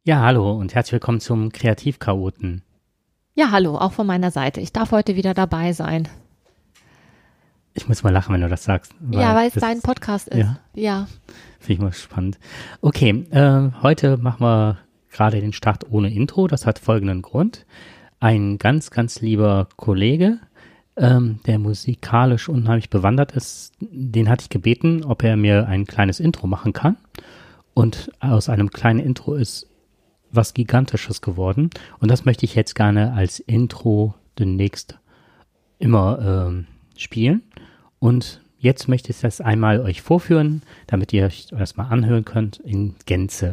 Ja, hallo und herzlich willkommen zum Kreativchaoten. Ja, hallo, auch von meiner Seite. Ich darf heute wieder dabei sein. Ich muss mal lachen, wenn du das sagst. Weil es dein Podcast ist. Ja. Finde ich mal spannend. Okay, heute machen wir gerade den Start ohne Intro. Das hat folgenden Grund. Ein ganz, ganz lieber Kollege, der musikalisch unheimlich bewandert ist, den hatte ich gebeten, ob er mir ein kleines Intro machen kann. Und aus einem kleinen Intro ist was Gigantisches geworden. Und das möchte ich jetzt gerne als Intro demnächst immer spielen. Und jetzt möchte ich das einmal euch vorführen, damit ihr euch das mal anhören könnt in Gänze.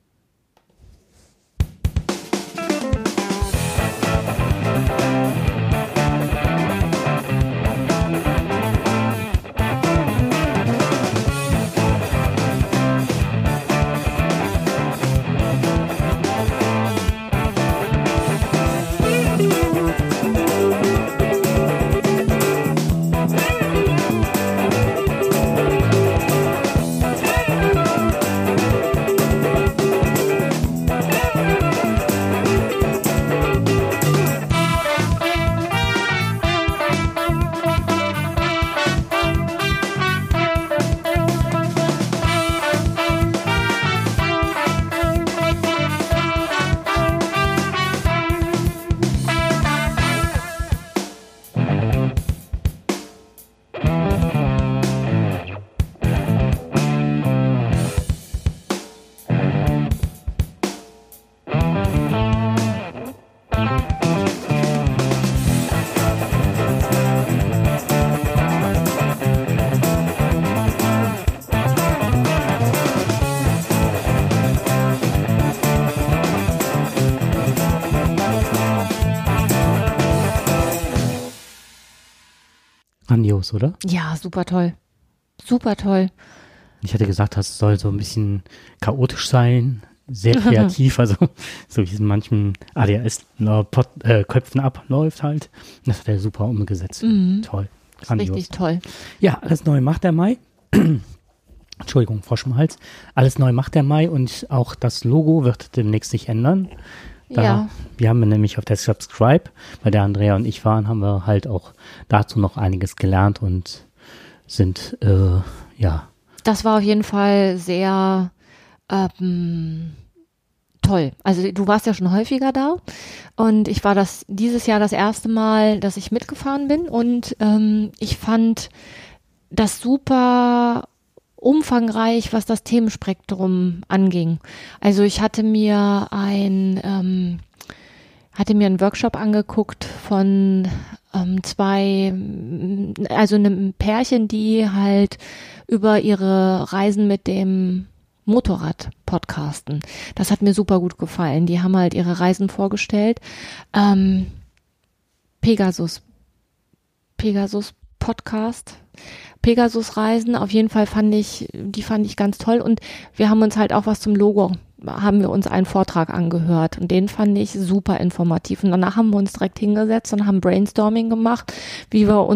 Grandios, oder? Ja, super toll. Super toll. Ich hatte gesagt, das soll so ein bisschen chaotisch sein, sehr kreativ, also so wie es in manchen ADHS-Köpfen abläuft halt. Das hat er super umgesetzt. Toll. Grandios. Richtig toll. Ja, alles neu macht der Mai. Entschuldigung, Frosch im Hals. Alles neu macht der Mai und auch das Logo wird demnächst sich ändern. Wir haben nämlich auf der Subscribe, bei der Andrea und ich waren, haben wir halt auch dazu noch einiges gelernt und sind, Das war auf jeden Fall sehr toll. Also du warst ja schon häufiger da und ich war dieses Jahr das erste Mal, dass ich mitgefahren bin und ich fand das super umfangreich, was das Themenspektrum anging. Also ich hatte mir einen Workshop angeguckt von einem Pärchen, die halt über ihre Reisen mit dem Motorrad podcasten. Das hat mir super gut gefallen. Die haben halt ihre Reisen vorgestellt. Pegasus Podcast. Pegasus-Reisen, auf jeden Fall fand ich ganz toll und wir haben uns halt auch was zum Logo, haben wir uns einen Vortrag angehört und den fand ich super informativ und danach haben wir uns direkt hingesetzt und haben Brainstorming gemacht, wie wir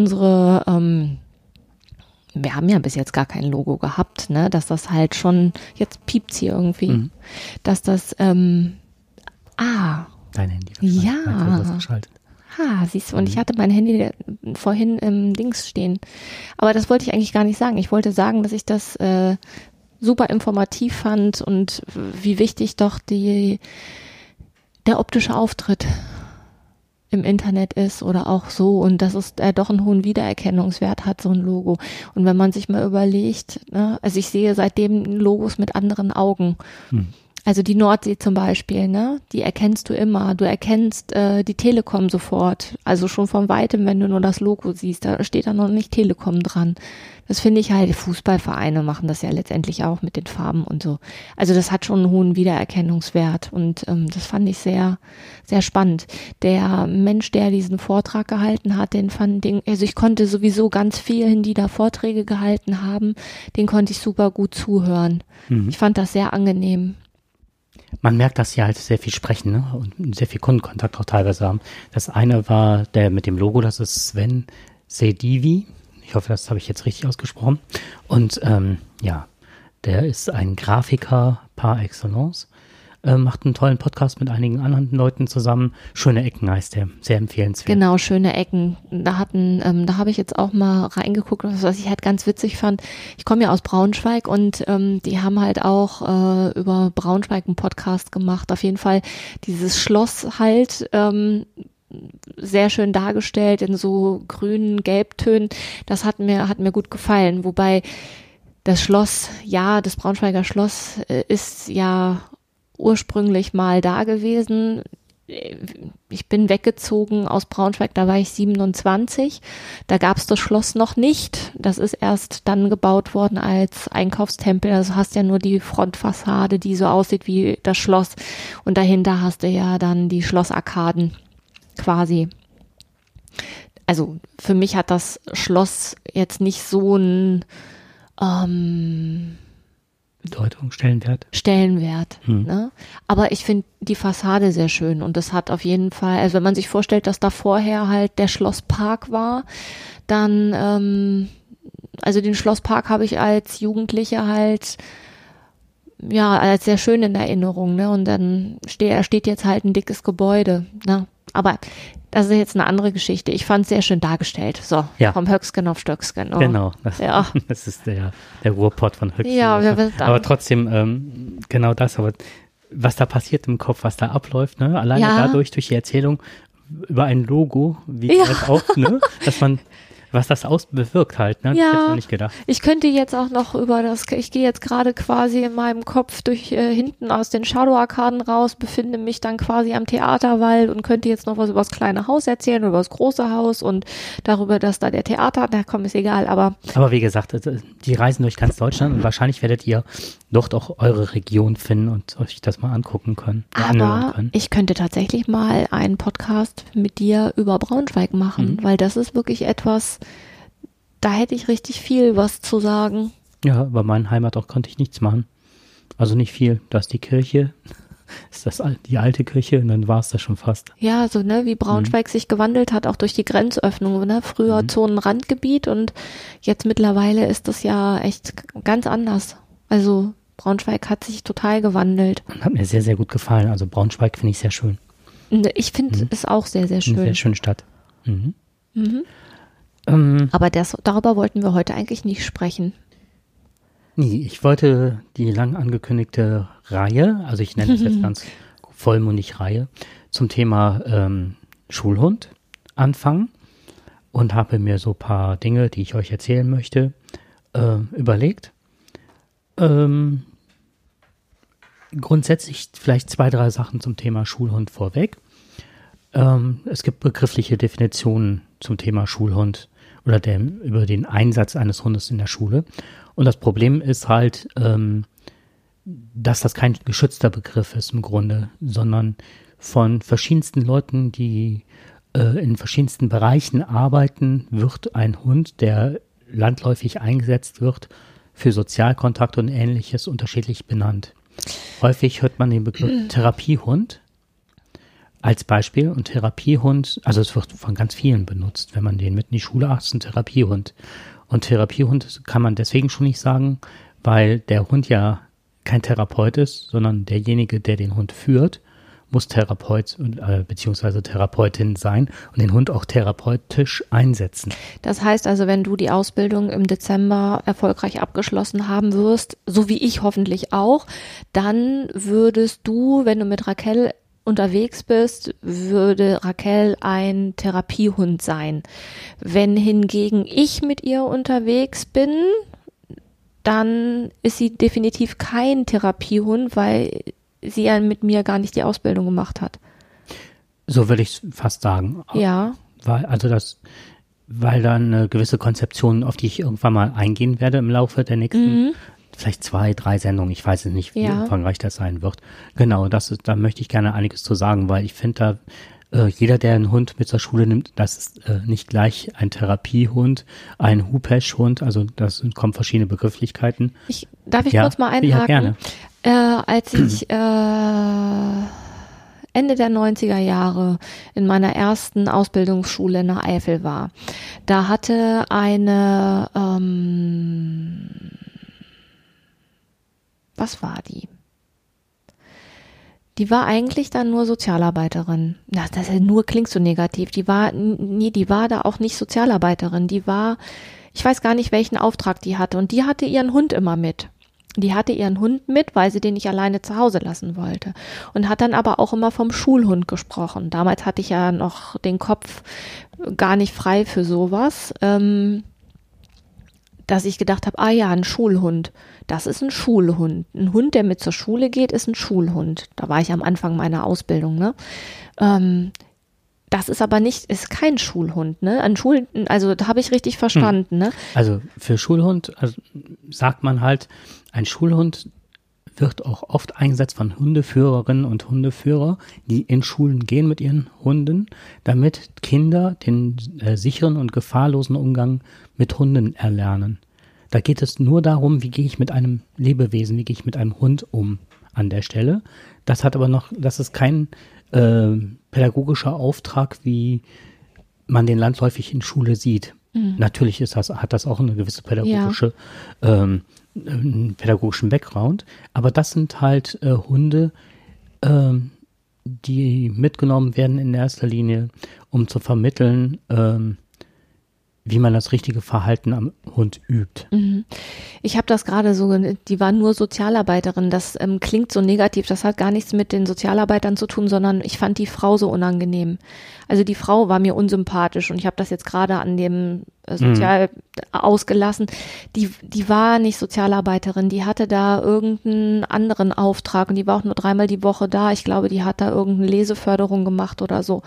wir haben ja bis jetzt gar kein Logo gehabt, ne, dass das halt schon, jetzt piept's hier irgendwie, dass das, Dein Handy geschaltet. Siehst du, und ich hatte mein Handy vorhin im Dings stehen. Aber das wollte ich eigentlich gar nicht sagen. Ich wollte sagen, dass ich das super informativ fand und wie wichtig doch der optische Auftritt im Internet ist oder auch so und dass es doch einen hohen Wiedererkennungswert hat, so ein Logo. Und wenn man sich mal überlegt, ne, also ich sehe seitdem Logos mit anderen Augen. Also die Nordsee zum Beispiel, ne, die erkennst du immer. Du erkennst die Telekom sofort. Also schon von Weitem, wenn du nur das Logo siehst, da steht da noch nicht Telekom dran. Das finde ich halt, Fußballvereine machen das ja letztendlich auch mit den Farben und so. Also das hat schon einen hohen Wiedererkennungswert und das fand ich sehr, sehr spannend. Der Mensch, der diesen Vortrag gehalten hat, also ich konnte sowieso ganz vielen, die da Vorträge gehalten haben, den konnte ich super gut zuhören. Ich fand das sehr angenehm. Man merkt, dass sie halt sehr viel sprechen, ne? Und sehr viel Kundenkontakt auch teilweise haben. Das eine war der mit dem Logo, das ist Sven Sedivi. Ich hoffe, das habe ich jetzt richtig ausgesprochen. Und der ist ein Grafiker par excellence. macht einen tollen Podcast mit einigen anderen Leuten zusammen. Schöne Ecken heißt der, sehr empfehlenswert. Genau, Schöne Ecken. Da habe ich jetzt auch mal reingeguckt, was ich halt ganz witzig fand. Ich komme ja aus Braunschweig und die haben halt auch über Braunschweig einen Podcast gemacht. Auf jeden Fall dieses Schloss halt sehr schön dargestellt in so grünen Gelbtönen. Das hat mir gut gefallen. Wobei das Schloss, ja, das Braunschweiger Schloss ist ja ursprünglich mal da gewesen. Ich bin weggezogen aus Braunschweig, da war ich 27. Da gab es das Schloss noch nicht. Das ist erst dann gebaut worden als Einkaufstempel. Also hast ja nur die Frontfassade, die so aussieht wie das Schloss. Und dahinter hast du ja dann die Schlossarkaden quasi. Also für mich hat das Schloss jetzt nicht so ein Bedeutung, Stellenwert. Ne? Aber ich finde die Fassade sehr schön und das hat auf jeden Fall, also wenn man sich vorstellt, dass da vorher halt der Schlosspark war, dann, also den Schlosspark habe ich als Jugendliche halt ja als sehr schön in Erinnerung, ne? Und dann steht jetzt halt ein dickes Gebäude, ne? Aber das ist jetzt eine andere Geschichte. Ich fand es sehr schön dargestellt. So, ja. Vom Höcksken auf Stöcksken. Oh. Genau, das ist der Ruhrpott von Höcksken. Ja, aber trotzdem, genau das. Aber was da passiert im Kopf, was da abläuft, ne? Alleine dadurch, durch die Erzählung über ein Logo, wie das auch, ne? Dass man, was das bewirkt halt, ne? Ja, Das hätte ich nicht gedacht. Ich könnte jetzt auch noch ich gehe jetzt gerade quasi in meinem Kopf durch hinten aus den Shadow-Arkaden raus, befinde mich dann quasi am Theaterwald und könnte jetzt noch was über das kleine Haus erzählen oder über das große Haus und darüber, dass da der Theater, da komm, ist egal, aber wie gesagt, die reisen durch ganz Deutschland und wahrscheinlich werdet ihr dort auch eure Region finden und euch das mal angucken können. Aber ich könnte tatsächlich mal einen Podcast mit dir über Braunschweig machen, weil das ist wirklich etwas, da hätte ich richtig viel was zu sagen. Ja, über meinen Heimatort konnte ich nichts machen. Also nicht viel. Da ist die Kirche, ist das die alte Kirche und dann war es das schon fast. Ja, so ne, wie Braunschweig sich gewandelt hat, auch durch die Grenzöffnung, ne? Früher Zonenrandgebiet und jetzt mittlerweile ist das ja echt ganz anders. Also Braunschweig hat sich total gewandelt. Und hat mir sehr, sehr gut gefallen. Also Braunschweig finde ich sehr schön. Ich finde es auch sehr, sehr schön. Eine sehr schöne Stadt. Aber darüber wollten wir heute eigentlich nicht sprechen. Nee, ich wollte die lang angekündigte Reihe, also ich nenne es jetzt ganz vollmundig Reihe, zum Thema Schulhund anfangen und habe mir so ein paar Dinge, die ich euch erzählen möchte, überlegt. Grundsätzlich vielleicht 2, 3 Sachen zum Thema Schulhund vorweg. Es gibt begriffliche Definitionen zum Thema Schulhund oder über den Einsatz eines Hundes in der Schule. Und das Problem ist halt, dass das kein geschützter Begriff ist im Grunde, sondern von verschiedensten Leuten, die in verschiedensten Bereichen arbeiten, wird ein Hund, der landläufig eingesetzt wird, für Sozialkontakt und Ähnliches unterschiedlich benannt. Häufig hört man den Begriff Therapiehund als Beispiel und Therapiehund, also es wird von ganz vielen benutzt, wenn man den mit in die Schule acht, ein Therapiehund. Und Therapiehund kann man deswegen schon nicht sagen, weil der Hund ja kein Therapeut ist, sondern derjenige, der den Hund führt, muss Therapeut bzw. Therapeutin sein und den Hund auch therapeutisch einsetzen. Das heißt also, wenn du die Ausbildung im Dezember erfolgreich abgeschlossen haben wirst, so wie ich hoffentlich auch, dann würdest du, wenn du mit Raquel unterwegs bist, würde Raquel ein Therapiehund sein. Wenn hingegen ich mit ihr unterwegs bin, dann ist sie definitiv kein Therapiehund, weil sie ja mit mir gar nicht die Ausbildung gemacht hat. So würde ich es fast sagen. Ja. Weil da eine gewisse Konzeption, auf die ich irgendwann mal eingehen werde im Laufe der nächsten, vielleicht 2, 3 Sendungen, ich weiß es nicht, wie umfangreich das sein wird. Genau, da möchte ich gerne einiges zu sagen, weil ich finde jeder, der einen Hund mit zur Schule nimmt, das ist nicht gleich ein Therapiehund, ein Hupesch-Hund, also das kommen verschiedene Begrifflichkeiten. Darf ich kurz mal einhaken? Ja, gerne. Als ich Ende der 90er Jahre in meiner ersten Ausbildungsschule in der Eifel war, da hatte eine, was war die? Die war eigentlich dann nur Sozialarbeiterin. Na, das nur klingt so negativ. Die war da auch nicht Sozialarbeiterin. Ich weiß gar nicht, welchen Auftrag die hatte. Und die hatte ihren Hund immer mit. Die hatte ihren Hund mit, weil sie den nicht alleine zu Hause lassen wollte. Und hat dann aber auch immer vom Schulhund gesprochen. Damals hatte ich ja noch den Kopf gar nicht frei für sowas, dass ich gedacht habe, ein Schulhund. Das ist ein Schulhund. Ein Hund, der mit zur Schule geht, ist ein Schulhund. Da war ich am Anfang meiner Ausbildung, ne? Das ist aber ist kein Schulhund, ne? Also da habe ich richtig verstanden, ne? Also für Schulhund sagt man halt, ein Schulhund wird auch oft eingesetzt von Hundeführerinnen und Hundeführer, die in Schulen gehen mit ihren Hunden, damit Kinder den sicheren und gefahrlosen Umgang mit Hunden erlernen. Da geht es nur darum, wie gehe ich mit einem Lebewesen, wie gehe ich mit einem Hund um an der Stelle. Das ist kein pädagogischer Auftrag, wie man den landläufig in Schule sieht. Mhm. Natürlich hat das auch eine gewisse pädagogischen Background, aber das sind halt Hunde, die mitgenommen werden in erster Linie, um zu vermitteln, wie man das richtige Verhalten am Hund übt. Ich habe das gerade so, die war nur Sozialarbeiterin, das klingt so negativ, das hat gar nichts mit den Sozialarbeitern zu tun, sondern ich fand die Frau so unangenehm. Also die Frau war mir unsympathisch und ich habe das jetzt gerade an dem Sozial ausgelassen. Die war nicht Sozialarbeiterin, die hatte da irgendeinen anderen Auftrag und die war auch nur 3-mal die Woche da. Ich glaube, die hat da irgendeine Leseförderung gemacht oder so.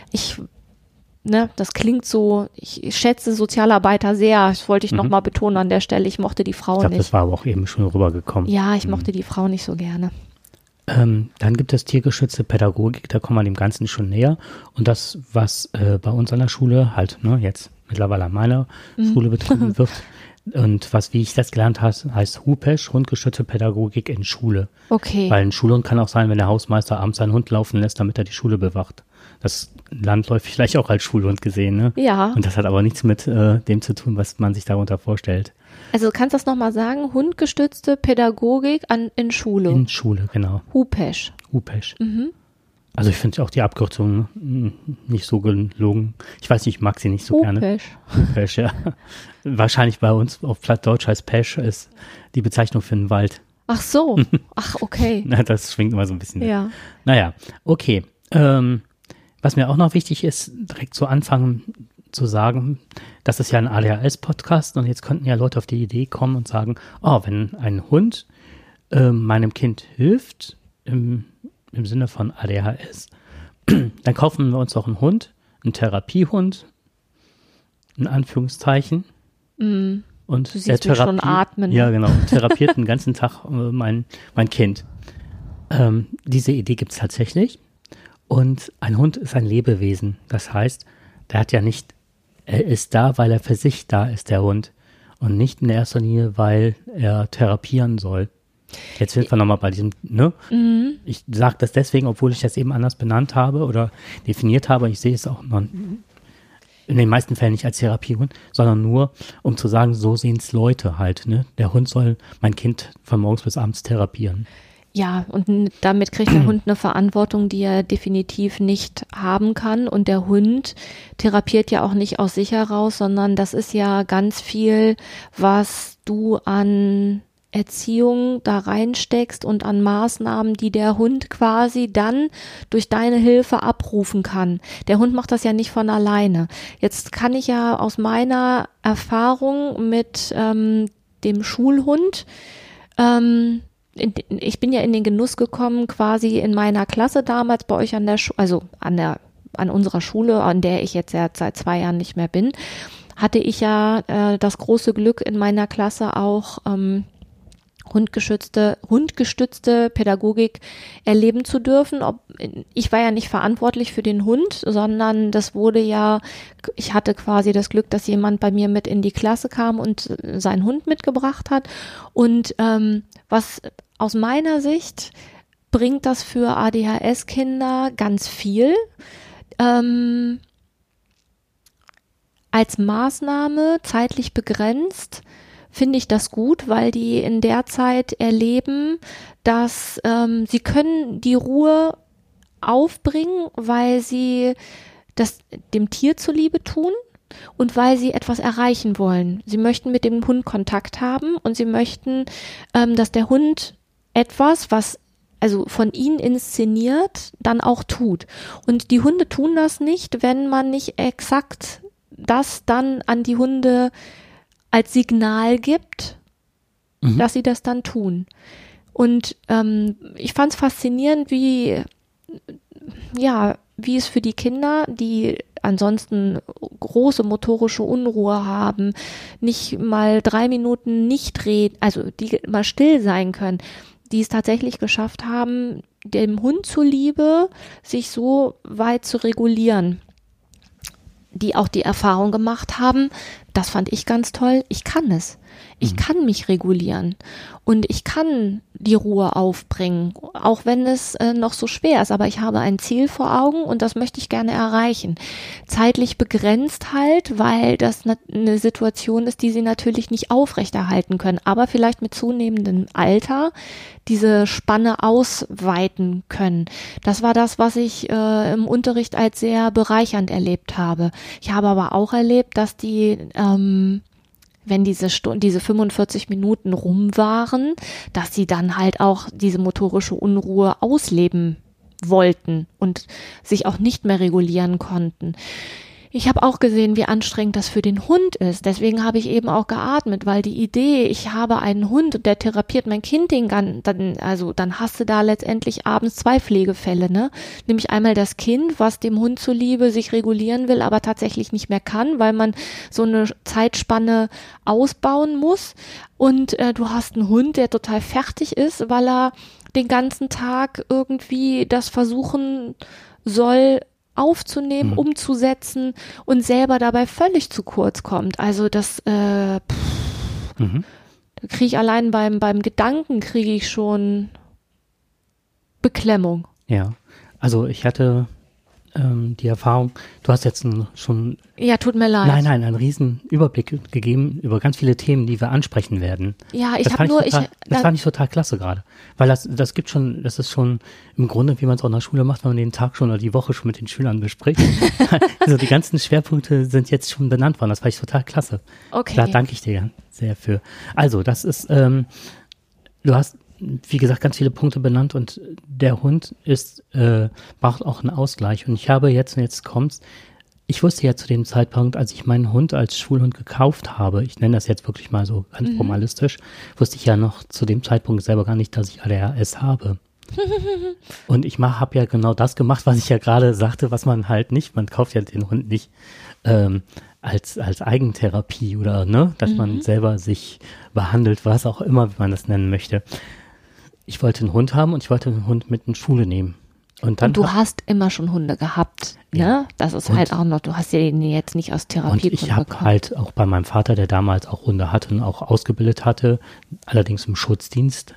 Das klingt so, ich schätze Sozialarbeiter sehr, das wollte ich nochmal betonen an der Stelle, ich mochte die Frau nicht. Ich glaube, das war aber auch eben schon rübergekommen. Ja, ich mochte die Frau nicht so gerne. Dann gibt es tiergeschützte Pädagogik, da kommen wir dem Ganzen schon näher. Und das, was bei uns an der Schule halt jetzt mittlerweile an meiner Schule betrieben wird und wie ich das gelernt habe, heißt HUPESH, Hundgeschützte Pädagogik in Schule. Okay. Weil ein Schulhund kann auch sein, wenn der Hausmeister abends seinen Hund laufen lässt, damit er die Schule bewacht. Das landläufig vielleicht auch als Schulhund gesehen, ne? Ja. Und das hat aber nichts mit dem zu tun, was man sich darunter vorstellt. Also kannst du das nochmal sagen? Hundgestützte Pädagogik in Schule. In Schule, genau. HUPESH. HUPESH. Also ich finde auch die Abkürzung nicht so gelogen. Ich weiß nicht, ich mag sie nicht so gerne. HUPESH, ja. Wahrscheinlich bei uns auf Plattdeutsch heißt Pesch ist die Bezeichnung für einen Wald. Ach so. Ach, okay. Na, das schwingt immer so ein bisschen. Ja. Naja, okay. Was mir auch noch wichtig ist, direkt zu Anfang zu sagen, das ist ja ein ADHS-Podcast und jetzt könnten ja Leute auf die Idee kommen und sagen, wenn ein Hund meinem Kind hilft, im Sinne von ADHS, dann kaufen wir uns doch einen Hund, einen Therapiehund, in Anführungszeichen. Und du siehst mich schon atmen. Ja, genau. Therapiert den ganzen Tag mein Kind. Diese Idee gibt es tatsächlich. Und ein Hund ist ein Lebewesen. Das heißt, er ist da, weil er für sich da ist, der Hund. Und nicht in erster Linie, weil er therapieren soll. Jetzt sind wir nochmal bei diesem, ne? Ich sage das deswegen, obwohl ich das eben anders benannt habe oder definiert habe. Ich sehe es auch noch in den meisten Fällen nicht als Therapiehund, sondern nur, um zu sagen, so sehen es Leute halt, ne? Der Hund soll mein Kind von morgens bis abends therapieren. Ja, und damit kriegt der Hund eine Verantwortung, die er definitiv nicht haben kann. Und der Hund therapiert ja auch nicht aus sich heraus, sondern das ist ja ganz viel, was du an Erziehung da reinsteckst und an Maßnahmen, die der Hund quasi dann durch deine Hilfe abrufen kann. Der Hund macht das ja nicht von alleine. Jetzt kann ich ja aus meiner Erfahrung mit dem Schulhund, ich bin ja in den Genuss gekommen, quasi in meiner Klasse damals bei euch an der an unserer Schule, an der ich jetzt ja seit 2 Jahren nicht mehr bin, hatte ich ja das große Glück in meiner Klasse auch hundgestützte Pädagogik erleben zu dürfen. Ich war ja nicht verantwortlich für den Hund, sondern ich hatte quasi das Glück, dass jemand bei mir mit in die Klasse kam und seinen Hund mitgebracht hat. Und was aus meiner Sicht bringt das für ADHS-Kinder ganz viel. Als Maßnahme, zeitlich begrenzt, finde ich das gut, weil die in der Zeit erleben, dass sie können die Ruhe aufbringen, weil sie das dem Tier zuliebe tun und weil sie etwas erreichen wollen. Sie möchten mit dem Hund Kontakt haben und sie möchten, dass der Hund etwas, was also von ihnen inszeniert, dann auch tut. Und die Hunde tun das nicht, wenn man nicht exakt das dann an die Hunde als Signal gibt, dass sie das dann tun. Und ich fand es faszinierend, wie es für die Kinder, die ansonsten große motorische Unruhe haben, nicht mal 3 Minuten nicht reden, also die mal still sein können, die es tatsächlich geschafft haben, dem Hund zuliebe, sich so weit zu regulieren, die auch die Erfahrung gemacht haben, das fand ich ganz toll, ich kann es. Ich kann mich regulieren und ich kann die Ruhe aufbringen, auch wenn es noch so schwer ist, aber ich habe ein Ziel vor Augen und das möchte ich gerne erreichen. Zeitlich begrenzt halt, weil das eine Situation ist, die sie natürlich nicht aufrechterhalten können, aber vielleicht mit zunehmendem Alter diese Spanne ausweiten können. Das war das, was ich im Unterricht als sehr bereichernd erlebt habe. Ich habe aber auch erlebt, dass die wenn diese 45 Minuten rum waren, dass sie dann halt auch diese motorische Unruhe ausleben wollten und sich auch nicht mehr regulieren konnten. Ich habe auch gesehen, wie anstrengend das für den Hund ist. Deswegen habe ich eben auch geatmet, weil die Idee, ich habe einen Hund und der therapiert mein Kind dann hast du da letztendlich abends 2 Pflegefälle, ne? Nämlich einmal das Kind, was dem Hund zuliebe sich regulieren will, aber tatsächlich nicht mehr kann, weil man so eine Zeitspanne ausbauen muss. Und du hast einen Hund, der total fertig ist, weil er den ganzen Tag irgendwie das versuchen soll, aufzunehmen, umzusetzen und selber dabei völlig zu kurz kommt. Also das, da kriege ich allein beim Gedanken kriege ich schon Beklemmung. Ja, also ich hatte die Erfahrung, du hast jetzt schon... Ja, tut mir leid. Nein, einen riesen Überblick gegeben über ganz viele Themen, die wir ansprechen werden. Ja, das fand ich total klasse gerade. Weil das ist schon im Grunde, wie man es auch in der Schule macht, wenn man den Tag schon oder die Woche schon mit den Schülern bespricht. Also die ganzen Schwerpunkte sind jetzt schon benannt worden. Das fand ich total klasse. Okay. Da danke ich dir sehr für. Also, das ist, du hast, wie gesagt, ganz viele Punkte benannt und der Hund braucht auch einen Ausgleich. Und ich habe jetzt kommt's, ich wusste ja zu dem Zeitpunkt, als ich meinen Hund als Schulhund gekauft habe, ich nenne das jetzt wirklich mal so ganz formalistisch, wusste ich ja noch zu dem Zeitpunkt selber gar nicht, dass ich ADHS habe. Und ich habe ja genau das gemacht, was ich ja gerade sagte, was man halt nicht, man kauft ja den Hund nicht als Eigentherapie oder, ne, dass man selber sich behandelt, was auch immer, wie man das nennen möchte. Ich wollte einen Hund haben und ich wollte einen Hund mit in die Schule nehmen. Und du hast immer schon Hunde gehabt, ne? Ja. Das ist halt auch noch, du hast den jetzt nicht aus Therapie bekommen. Und ich habe halt auch bei meinem Vater, der damals auch Hunde hatte und auch ausgebildet hatte, allerdings im Schutzdienst,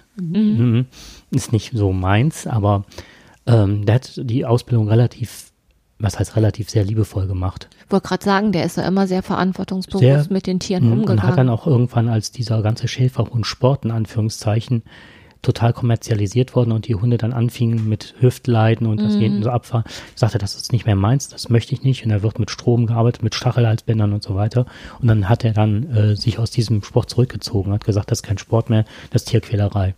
ist nicht so meins, aber der hat die Ausbildung sehr liebevoll gemacht. Ich wollte gerade sagen, der ist ja immer sehr verantwortungsbewusst mit den Tieren umgegangen. Und hat dann auch irgendwann, als dieser ganze Schäferhund-Sport in Anführungszeichen total kommerzialisiert worden und die Hunde dann anfingen mit Hüftleiden und das hinten so abfahren. Ich sagte, das ist nicht mehr meins, das möchte ich nicht. Und er wird mit Strom gearbeitet, mit Stachelhalsbändern und so weiter. Und dann hat er dann sich aus diesem Sport zurückgezogen, hat gesagt, das ist kein Sport mehr, das ist Tierquälerei.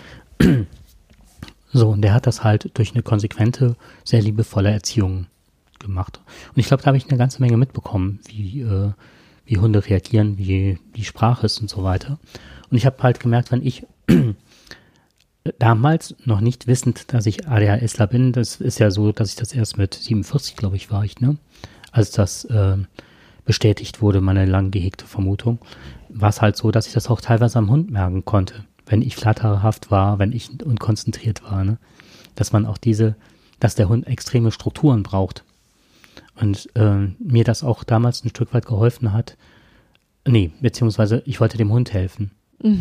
So, und der hat das halt durch eine konsequente, sehr liebevolle Erziehung gemacht. Und ich glaube, da habe ich eine ganze Menge mitbekommen, wie Hunde reagieren, wie die Sprache ist und so weiter. Und ich habe halt gemerkt, wenn ich damals noch nicht wissend, dass ich ADHSler bin, das ist ja so, dass ich das erst mit 47, glaube ich, war ich, ne? Als das bestätigt wurde, meine lang gehegte Vermutung, war es halt so, dass ich das auch teilweise am Hund merken konnte, wenn ich flatterhaft war, wenn ich unkonzentriert war, ne? Dass man auch dass der Hund extreme Strukturen braucht. Und mir das auch damals ein Stück weit geholfen hat, beziehungsweise ich wollte dem Hund helfen.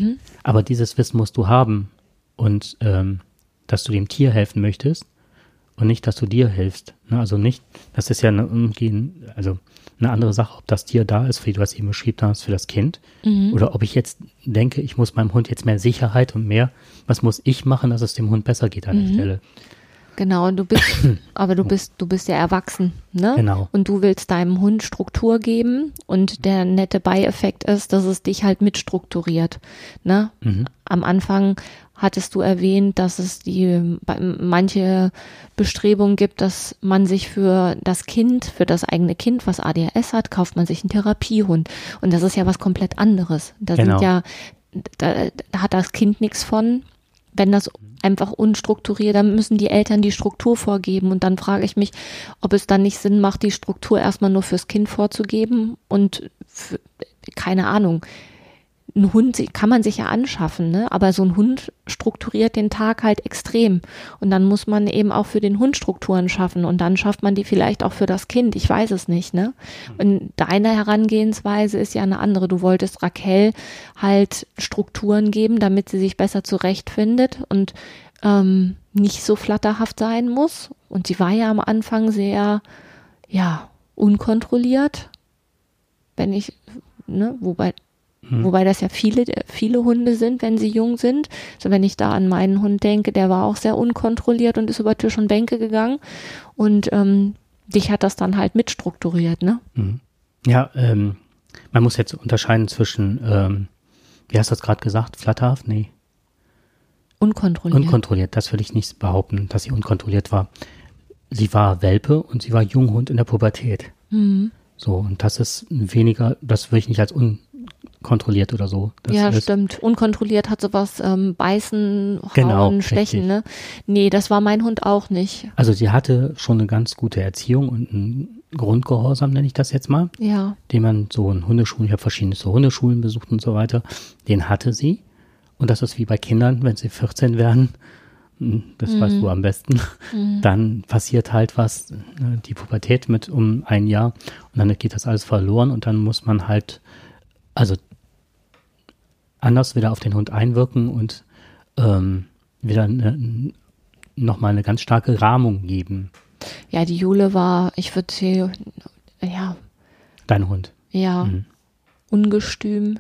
Aber dieses Wissen musst du haben und dass du dem Tier helfen möchtest und nicht, dass du dir hilfst. Ne? Also nicht, das ist ja also eine andere Sache, ob das Tier da ist, wie du es eben beschrieben hast, für das Kind. Oder ob ich jetzt denke, ich muss meinem Hund jetzt mehr Sicherheit und mehr, was muss ich machen, dass es dem Hund besser geht an der Stelle. Genau, und du bist ja erwachsen, ne? Genau. Und du willst deinem Hund Struktur geben und der nette Beieffekt ist, dass es dich halt mitstrukturiert, ne? Am Anfang hattest du erwähnt, dass es manche Bestrebungen gibt, dass man sich für das eigene Kind, was ADHS hat, kauft man sich einen Therapiehund. Und das ist ja was komplett anderes. Da hat das Kind nichts von. Wenn das einfach unstrukturiert, dann müssen die Eltern die Struktur vorgeben. Und dann frage ich mich, ob es dann nicht Sinn macht, die Struktur erstmal nur fürs Kind vorzugeben und keine Ahnung. Ein Hund kann man sich ja anschaffen, ne? Aber so ein Hund strukturiert den Tag halt extrem. Und dann muss man eben auch für den Hund Strukturen schaffen. Und dann schafft man die vielleicht auch für das Kind. Ich weiß es nicht, ne? Und deine Herangehensweise ist ja eine andere. Du wolltest Raquel halt Strukturen geben, damit sie sich besser zurechtfindet und nicht so flatterhaft sein muss. Und sie war ja am Anfang sehr, unkontrolliert. Wobei das ja viele Hunde sind, wenn sie jung sind. So, wenn ich da an meinen Hund denke, der war auch sehr unkontrolliert und ist über Tisch und Bänke gegangen. Und dich hat das dann halt mitstrukturiert, ne? Ja, man muss jetzt unterscheiden zwischen, wie hast du das gerade gesagt, flatterhaft? Nee. Unkontrolliert, das würde ich nicht behaupten, dass sie unkontrolliert war. Sie war Welpe und sie war Junghund in der Pubertät. So, und das ist weniger, das würde ich nicht als unkontrolliert oder so. Das stimmt. Unkontrolliert hat sowas Beißen, Hauen, Stechen, richtig. Ne? Nee, das war mein Hund auch nicht. Also sie hatte schon eine ganz gute Erziehung und einen Grundgehorsam, nenne ich das jetzt mal. Ja. Den man so in Hundeschulen, ich habe verschiedene so Hundeschulen besucht und so weiter, den hatte sie. Und das ist wie bei Kindern, wenn sie 14 werden, das weißt du am besten, dann passiert halt was, die Pubertät mit um ein Jahr und dann geht das alles verloren und dann muss man halt, also anders wieder auf den Hund einwirken und wieder nochmal eine ganz starke Rahmung geben. Ja, die Jule war, ich würde sie, Dein Hund? Ja, ungestüm.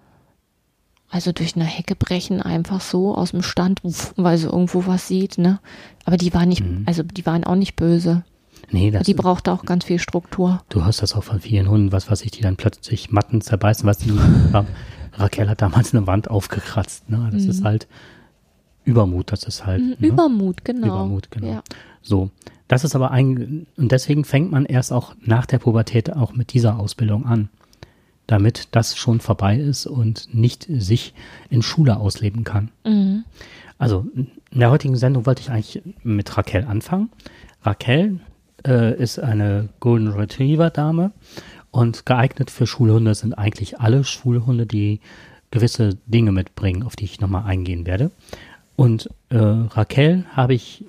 Also durch eine Hecke brechen, einfach so aus dem Stand, weil sie irgendwo was sieht, ne? Aber die war nicht, also die waren auch nicht böse. Nee, die brauchte auch ganz viel Struktur. Du hörst das auch von vielen Hunden, was weiß ich, die dann plötzlich Matten zerbeißen, was die haben. Raquel hat damals eine Wand aufgekratzt, ne? Das ist halt Übermut, das ist halt. Übermut, genau. Übermut, genau. Ja. So. Das ist aber und deswegen fängt man erst auch nach der Pubertät auch mit dieser Ausbildung an. Damit das schon vorbei ist und nicht sich in Schule ausleben kann. Also in der heutigen Sendung wollte ich eigentlich mit Raquel anfangen. Raquel ist eine Golden Retriever Dame und geeignet für Schulhunde sind eigentlich alle Schulhunde, die gewisse Dinge mitbringen, auf die ich nochmal eingehen werde. Und Raquel habe ich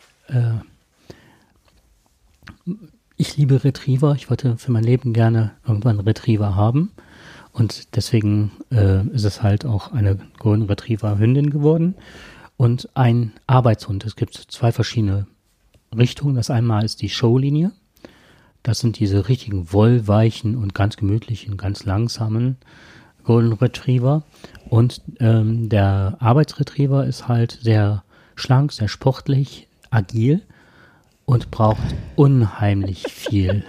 liebe Retriever. Ich wollte für mein Leben gerne irgendwann einen Retriever haben. Und deswegen ist es halt auch eine Golden Retriever Hündin geworden und ein Arbeitshund. Es gibt zwei verschiedene Richtungen. Das einmal ist die Showlinie. Das sind diese richtigen wollweichen und ganz gemütlichen, ganz langsamen Golden Retriever. Und der Arbeitsretriever ist halt sehr schlank, sehr sportlich, agil und braucht unheimlich viel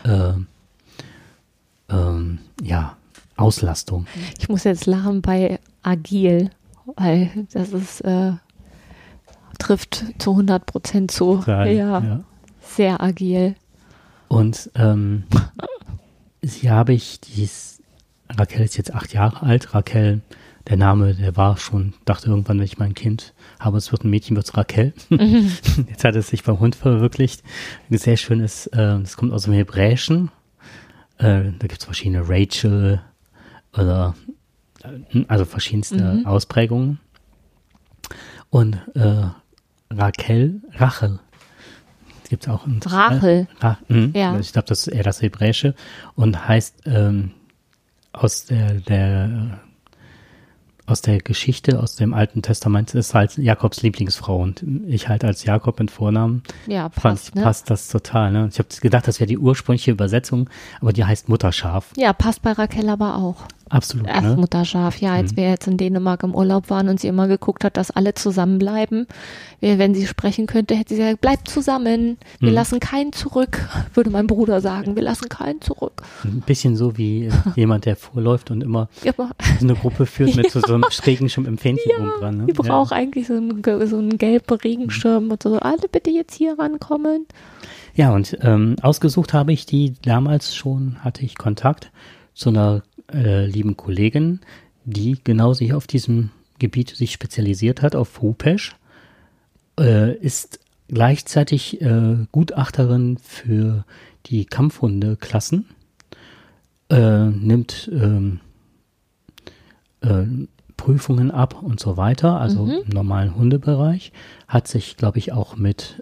Auslastung. Ich muss jetzt lachen bei agil, weil das ist trifft zu 100% zu. Ja, sehr agil. Und Raquel ist jetzt 8 Jahre alt. Raquel, der Name, der war schon, dachte irgendwann, wenn ich mein Kind habe, es wird ein Mädchen, wird es Raquel. Jetzt hat es sich beim Hund verwirklicht. Sehr schön ist, das kommt aus dem Hebräischen. Da gibt es verschiedene Rachel, oder also verschiedenste Ausprägungen. Und Rachel gibt es auch ein Rachel. Ja. Ich glaube, das ist eher das Hebräische und heißt aus aus der Geschichte, aus dem Alten Testament, ist halt Jakobs Lieblingsfrau und ich halt als Jakob mit Vornamen. Ja, passt, ne? Passt das total, ne? Ich habe gedacht, das wäre die ursprüngliche Übersetzung, aber die heißt Mutterschaf. Ja, passt bei Raquel aber auch. Absolut, Ach, ne? Mutterschaf, ja, als wir jetzt in Dänemark im Urlaub waren und sie immer geguckt hat, dass alle zusammenbleiben. Wenn sie sprechen könnte, hätte sie gesagt, bleibt zusammen, wir lassen keinen zurück, würde mein Bruder sagen, wir lassen keinen zurück. Ein bisschen so wie jemand, der vorläuft und immer eine Gruppe führt mit so einem Regenschirm im Fähnchen oben dran. Ne? Die braucht eigentlich so einen gelben Regenschirm und so, alle bitte jetzt hier rankommen. Ja, und ausgesucht habe ich die, damals schon hatte ich Kontakt zu einer lieben Kollegin, die genau sich auf diesem Gebiet sich spezialisiert hat, auf Hoopesh, ist gleichzeitig Gutachterin für die Kampfhundeklassen, nimmt Prüfungen ab und so weiter, also im normalen Hundebereich, hat sich, glaube ich, auch mit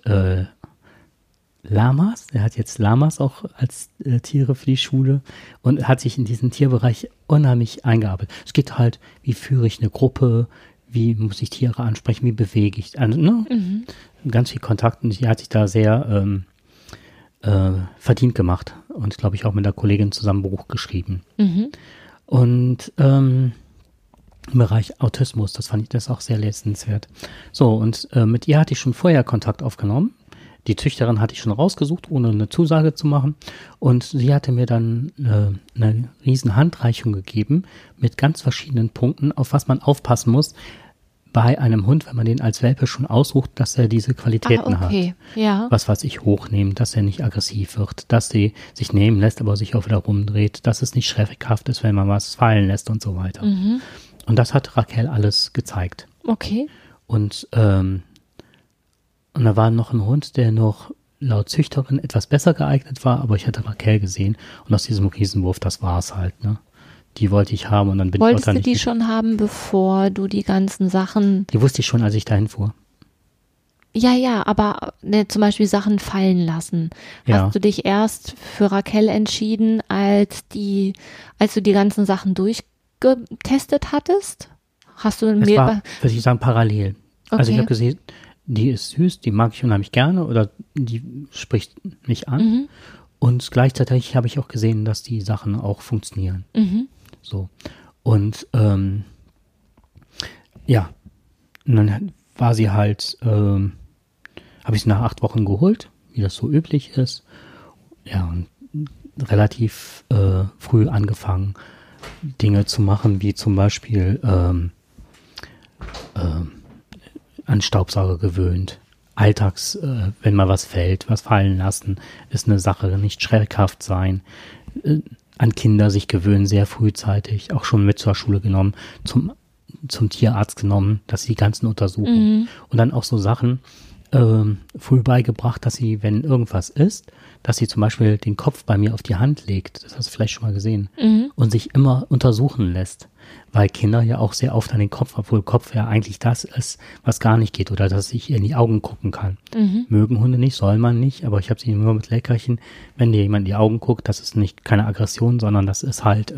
Lamas, er hat jetzt Lamas auch als Tiere für die Schule und hat sich in diesen Tierbereich unheimlich eingearbeitet. Es geht halt, wie führe ich eine Gruppe, wie muss ich Tiere ansprechen, wie bewege ich, also, ne? Ganz viel Kontakt und sie hat sich da sehr verdient gemacht und, glaube ich, auch mit der Kollegin zusammen ein Buch geschrieben. Und im Bereich Autismus, das fand ich das auch sehr lesenswert. So, und mit ihr hatte ich schon vorher Kontakt aufgenommen. Die Züchterin hatte ich schon rausgesucht, ohne eine Zusage zu machen. Und sie hatte mir dann eine riesen Handreichung gegeben mit ganz verschiedenen Punkten, auf was man aufpassen muss bei einem Hund, wenn man den als Welpe schon aussucht, dass er diese Qualitäten hat. Ja. Was weiß ich, hochnehmen, dass er nicht aggressiv wird, dass sie sich nehmen lässt, aber sich auch wieder rumdreht, dass es nicht schreckhaft ist, wenn man was fallen lässt und so weiter. Und das hat Raquel alles gezeigt. Okay. Und da war noch ein Hund, der noch laut Züchterin etwas besser geeignet war, aber ich hatte Raquel gesehen und aus diesem Riesenwurf, das war's halt, ne? Die wollte ich haben und dann bin Wolltest ich auch da du nicht. die schon haben, bevor du die ganzen Sachen... Die wusste ich schon, als ich dahin fuhr. Ja, aber ne, zum Beispiel Sachen fallen lassen. Ja. Hast du dich erst für Raquel entschieden, als du die ganzen Sachen durchgetestet hattest? Hast du Es war, würde ich sagen, parallel. Okay. Also ich habe gesehen, die ist süß, die mag ich unheimlich gerne oder die spricht mich an. Und gleichzeitig habe ich auch gesehen, dass die Sachen auch funktionieren. So. Und ja, und dann war sie halt, habe ich sie nach 8 Wochen geholt, wie das so üblich ist. Ja, und relativ früh angefangen, Dinge zu machen, wie zum Beispiel an Staubsauger gewöhnt. Alltags, wenn mal was fällt, was fallen lassen, ist eine Sache, nicht schreckhaft sein. An Kinder sich gewöhnen, sehr frühzeitig, auch schon mit zur Schule genommen, zum Tierarzt genommen, dass sie die ganzen untersuchen. Und dann auch so Sachen früh beigebracht, dass sie, wenn irgendwas ist, dass sie zum Beispiel den Kopf bei mir auf die Hand legt, das hast du vielleicht schon mal gesehen, und sich immer untersuchen lässt, weil Kinder ja auch sehr oft an den Kopf, obwohl Kopf ja eigentlich das ist, was gar nicht geht, oder dass ich ihr in die Augen gucken kann. Mögen Hunde nicht, soll man nicht, aber ich habe sie nur mit Leckerchen, wenn dir jemand in die Augen guckt, das ist nicht keine Aggression, sondern das ist halt,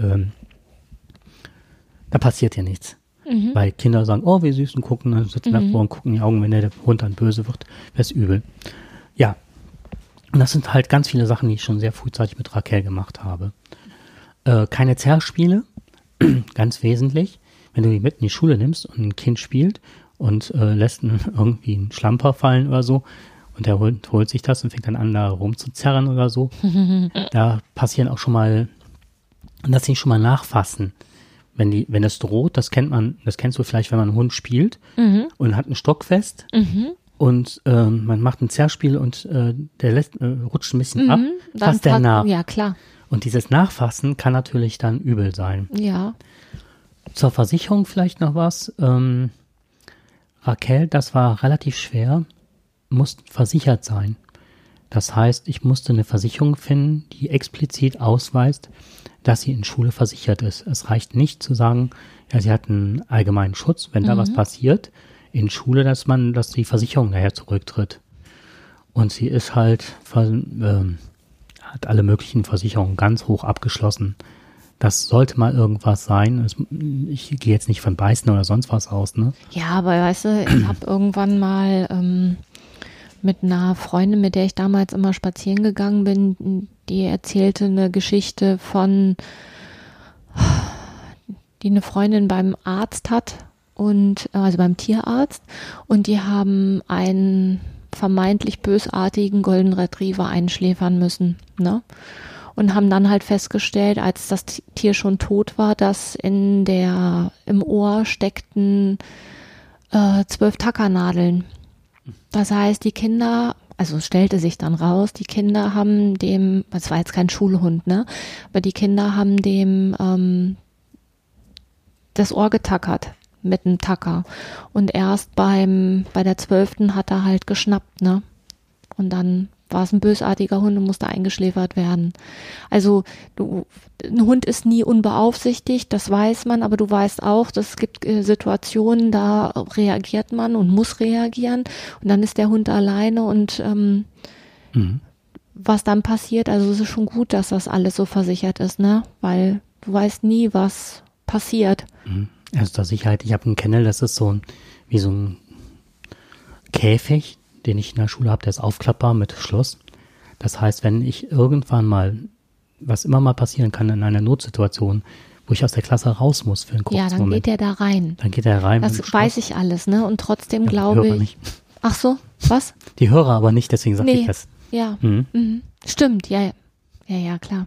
da passiert ja nichts. Weil Kinder sagen, oh, wie süß, und gucken, dann sitzen davor und gucken in die Augen, wenn der Hund dann böse wird, wäre es übel. Ja, und das sind halt ganz viele Sachen, die ich schon sehr frühzeitig mit Raquel gemacht habe. Keine Zerrspiele, ganz wesentlich. Wenn du die mit in die Schule nimmst und ein Kind spielt und lässt irgendwie einen Schlamper fallen oder so und der Hund holt sich das und fängt dann an, da rumzuzerren oder so, da passieren auch schon mal, dass sie schon mal nachfassen. Wenn das droht, das kennst du vielleicht, wenn man einen Hund spielt und hat einen Stock fest und man macht ein Zerrspiel und der rutscht ein bisschen ab, fasst der nach. Ja, klar. Und dieses Nachfassen kann natürlich dann übel sein. Ja. Zur Versicherung vielleicht noch was. Raquel, das war relativ schwer, muss versichert sein. Das heißt, ich musste eine Versicherung finden, die explizit ausweist, dass sie in Schule versichert ist. Es reicht nicht zu sagen, ja, sie hat einen allgemeinen Schutz, wenn da was passiert in Schule, dass die Versicherung daher zurücktritt. Und sie ist halt, hat alle möglichen Versicherungen ganz hoch abgeschlossen. das sollte mal irgendwas sein. Ich gehe jetzt nicht von Beißen oder sonst was aus, ne? Ja, aber weißt du, ich habe irgendwann mal mit einer Freundin, mit der ich damals immer spazieren gegangen bin, die erzählte eine Geschichte die eine Freundin beim Arzt hat also beim Tierarzt, und die haben einen vermeintlich bösartigen Golden Retriever einschläfern müssen, ne? Und haben dann halt festgestellt, als das Tier schon tot war, dass im Ohr steckten 12 Tackernadeln. Das heißt, die Kinder, also es stellte sich dann raus, die Kinder haben das war jetzt kein Schulhund, ne? Aber die Kinder haben dem das Ohr getackert mit einem Tacker. Und erst bei der 12. hat er halt geschnappt, ne? Und dann war es ein bösartiger Hund und musste eingeschläfert werden. Also ein Hund ist nie unbeaufsichtigt, das weiß man, aber du weißt auch, es gibt Situationen, da reagiert man und muss reagieren und dann ist der Hund alleine und was dann passiert, also es ist schon gut, dass das alles so versichert ist, ne? Weil du weißt nie, was passiert. Also zur Sicherheit, ich habe einen Kennel, das ist wie so ein Käfig, den ich in der Schule habe, der ist aufklappbar mit Schloss. Das heißt, wenn ich irgendwann mal, was immer mal passieren kann in einer Notsituation, wo ich aus der Klasse raus muss für einen kurzen Moment. Ja, dann geht der da rein. Dann geht er rein. Das weiß ich alles, ne? Und trotzdem glaube ich. Nicht. Ach so, was? Die Hörer aber nicht, deswegen sage ich das. Ja, stimmt, ja, klar.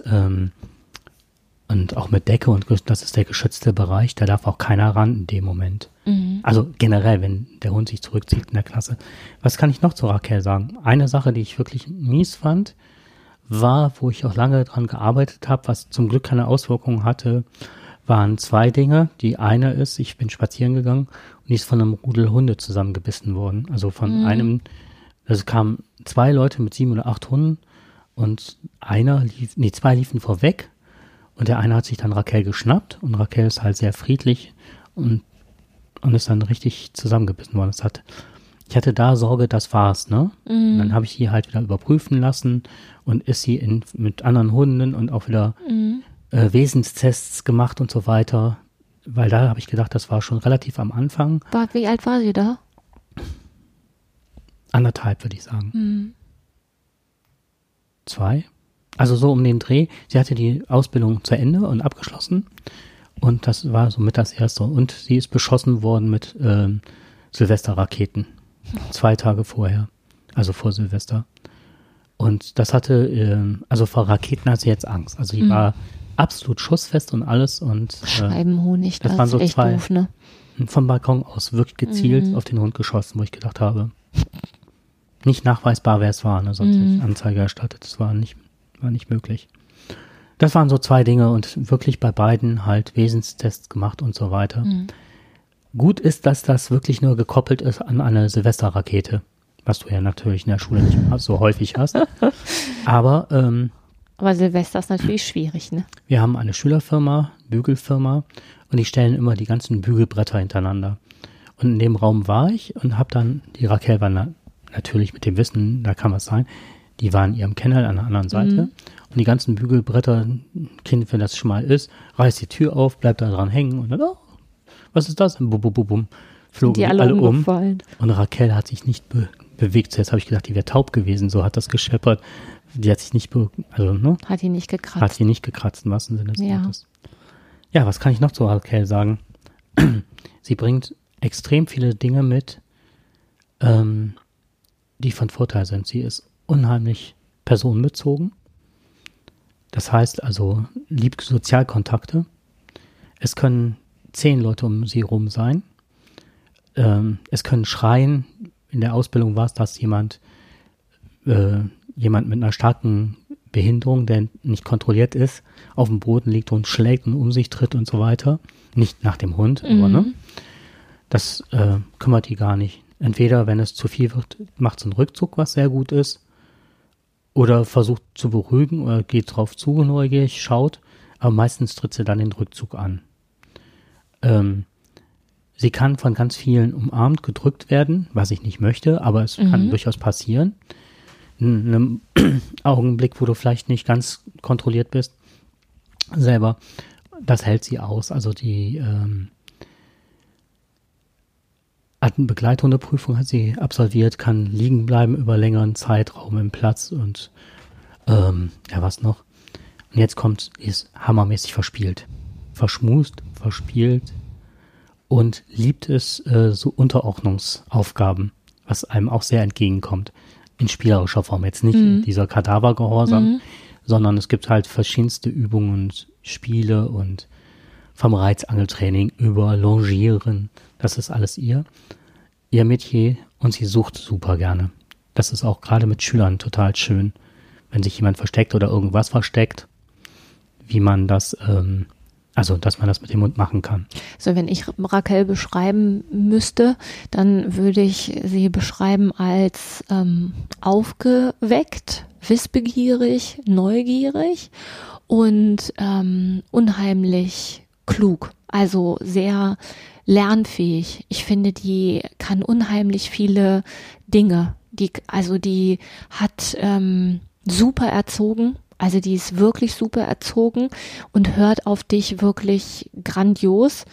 Und auch mit Decke und das ist der geschützte Bereich, da darf auch keiner ran in dem Moment. Also generell, wenn der Hund sich zurückzieht in der Klasse. Was kann ich noch zu Raquel sagen? Eine Sache, die ich wirklich mies fand, war, wo ich auch lange dran gearbeitet habe, was zum Glück keine Auswirkungen hatte, waren 2 Dinge. Die eine ist, ich bin spazieren gegangen und die ist von einem Rudel Hunde zusammengebissen worden. Also von also kamen 2 Leute mit 7 oder 8 Hunden und 2 liefen vorweg. Und der eine hat sich dann Raquel geschnappt und Raquel ist halt sehr friedlich und ist dann richtig zusammengebissen worden. Ich hatte da Sorge, das war's, ne? Und dann habe ich die halt wieder überprüfen lassen und ist sie mit anderen Hunden und auch wieder Wesenstests gemacht und so weiter. Weil da habe ich gedacht, das war schon relativ am Anfang. Wie alt war sie da? 1,5, würde ich sagen. 2. Also so um den Dreh. Sie hatte die Ausbildung zu Ende und abgeschlossen. Und das war somit das Erste. Und sie ist beschossen worden mit Silvesterraketen. 2 Tage vorher. Also vor Silvester. Und das hatte, also vor Raketen hat sie jetzt Angst. Also die war absolut schussfest und alles. Und Scheibenhonig, das waren so echt 2 doof, ne? vom Balkon aus wirklich gezielt auf den Hund geschossen, wo ich gedacht habe, nicht nachweisbar, wer es war, ne? Sonst hätte ich Anzeige erstattet. Das war nicht möglich. Das waren so 2 Dinge und wirklich bei beiden halt Wesenstests gemacht und so weiter. Gut ist, dass das wirklich nur gekoppelt ist an eine Silvesterrakete, was du ja natürlich in der Schule nicht so häufig hast. Aber Silvester ist natürlich schwierig, ne? wir haben eine Schülerfirma, Bügelfirma, und die stellen immer die ganzen Bügelbretter hintereinander. Und in dem Raum war ich und habe dann, die Raquel war natürlich mit dem Wissen, da kann was sein, die waren in ihrem Kennel an der anderen Seite. Und die ganzen Bügelbretter, Kind, wenn das schon mal ist, reißt die Tür auf, bleibt da dran hängen und dann, was ist das? Bum, bum, bum, bum, flogen die alle um. Und Raquel hat sich nicht bewegt. Zuerst habe ich gedacht, die wäre taub gewesen, so hat das gescheppert. Die hat sich nicht, Hat die nicht gekratzt. Hat sie nicht gekratzt, im wahrsten Sinne des Wortes. Ja, was kann ich noch zu Raquel sagen? Sie bringt extrem viele Dinge mit, die von Vorteil sind. Sie ist unheimlich personenbezogen. Das heißt also, liebt Sozialkontakte. Es können 10 Leute um sie rum sein. Es können schreien. In der Ausbildung war es, dass jemand mit einer starken Behinderung, der nicht kontrolliert ist, auf dem Boden liegt und schlägt und um sich tritt und so weiter. Nicht nach dem Hund, aber ne? Das kümmert die gar nicht. Entweder, wenn es zu viel wird, macht es einen Rückzug, was sehr gut ist, oder versucht zu beruhigen oder geht drauf zu, neugierig, schaut, aber meistens tritt sie dann den Rückzug an. Sie kann von ganz vielen umarmt, gedrückt werden, was ich nicht möchte, aber es kann durchaus passieren. In einem Augenblick, wo du vielleicht nicht ganz kontrolliert bist. selber. Das hält sie aus. Also die hat eine Begleithundeprüfung, hat sie absolviert, kann liegen bleiben über längeren Zeitraum im Platz und was noch? Und jetzt kommt, die ist hammermäßig verspielt. Verschmust, verspielt und liebt es, so Unterordnungsaufgaben, was einem auch sehr entgegenkommt. In spielerischer Form. Jetzt nicht in dieser Kadavergehorsam, sondern es gibt halt verschiedenste Übungen und Spiele und vom Reizangeltraining über Longieren. Das ist alles ihr Metier und sie sucht super gerne. Das ist auch gerade mit Schülern total schön, wenn sich jemand versteckt oder irgendwas versteckt, wie man das, dass man das mit dem Hund machen kann. So, wenn ich Raquel beschreiben müsste, dann würde ich sie beschreiben als aufgeweckt, wissbegierig, neugierig und unheimlich klug. Also sehr lernfähig. Ich finde, die kann unheimlich viele Dinge. Die hat super erzogen. Also die ist wirklich super erzogen und hört auf dich wirklich grandios.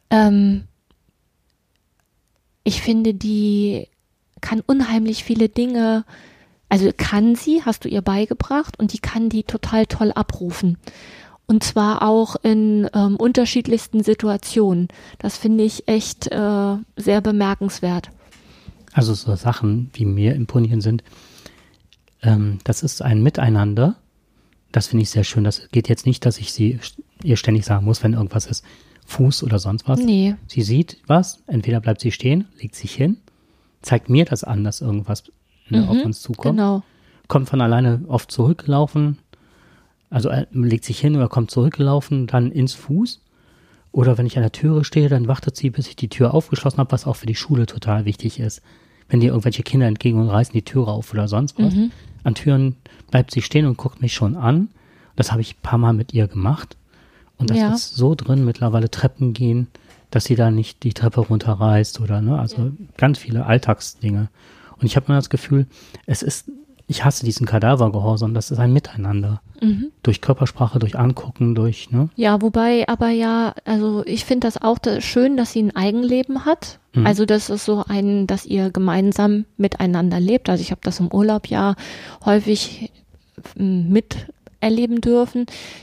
Ich finde, die kann unheimlich viele Dinge, also hast du ihr beigebracht und die kann die total toll abrufen. Und zwar auch in unterschiedlichsten Situationen. Das finde ich echt sehr bemerkenswert. Also so Sachen, die mir imponieren sind, das ist ein Miteinander. Das finde ich sehr schön. Das geht jetzt nicht, dass ich ihr ständig sagen muss, wenn irgendwas ist, Fuß oder sonst was. Nee. Sie sieht was, entweder bleibt sie stehen, legt sich hin, zeigt mir das an, dass irgendwas auf uns zukommt. Genau. Kommt von alleine oft zurückgelaufen, also legt sich hin oder kommt zurückgelaufen, dann ins Fuß. Oder wenn ich an der Türe stehe, dann wartet sie, bis ich die Tür aufgeschlossen habe, was auch für die Schule total wichtig ist. Wenn dir irgendwelche Kinder entgegen und reißen die Türe auf oder sonst was. An Türen bleibt sie stehen und guckt mich schon an. Das habe ich ein paar Mal mit ihr gemacht. Und das ist so drin, mittlerweile Treppen gehen, dass sie da nicht die Treppe runterreißt oder, ganz viele Alltagsdinge. Und ich habe immer das Gefühl, ich hasse diesen Kadavergehorsam, das ist ein Miteinander. Durch Körpersprache, durch Angucken, Ja, wobei, aber also ich finde das auch schön, dass sie ein Eigenleben hat. Also das ist so dass ihr gemeinsam miteinander lebt. Also ich habe das im Urlaub ja häufig miterleben dürfen.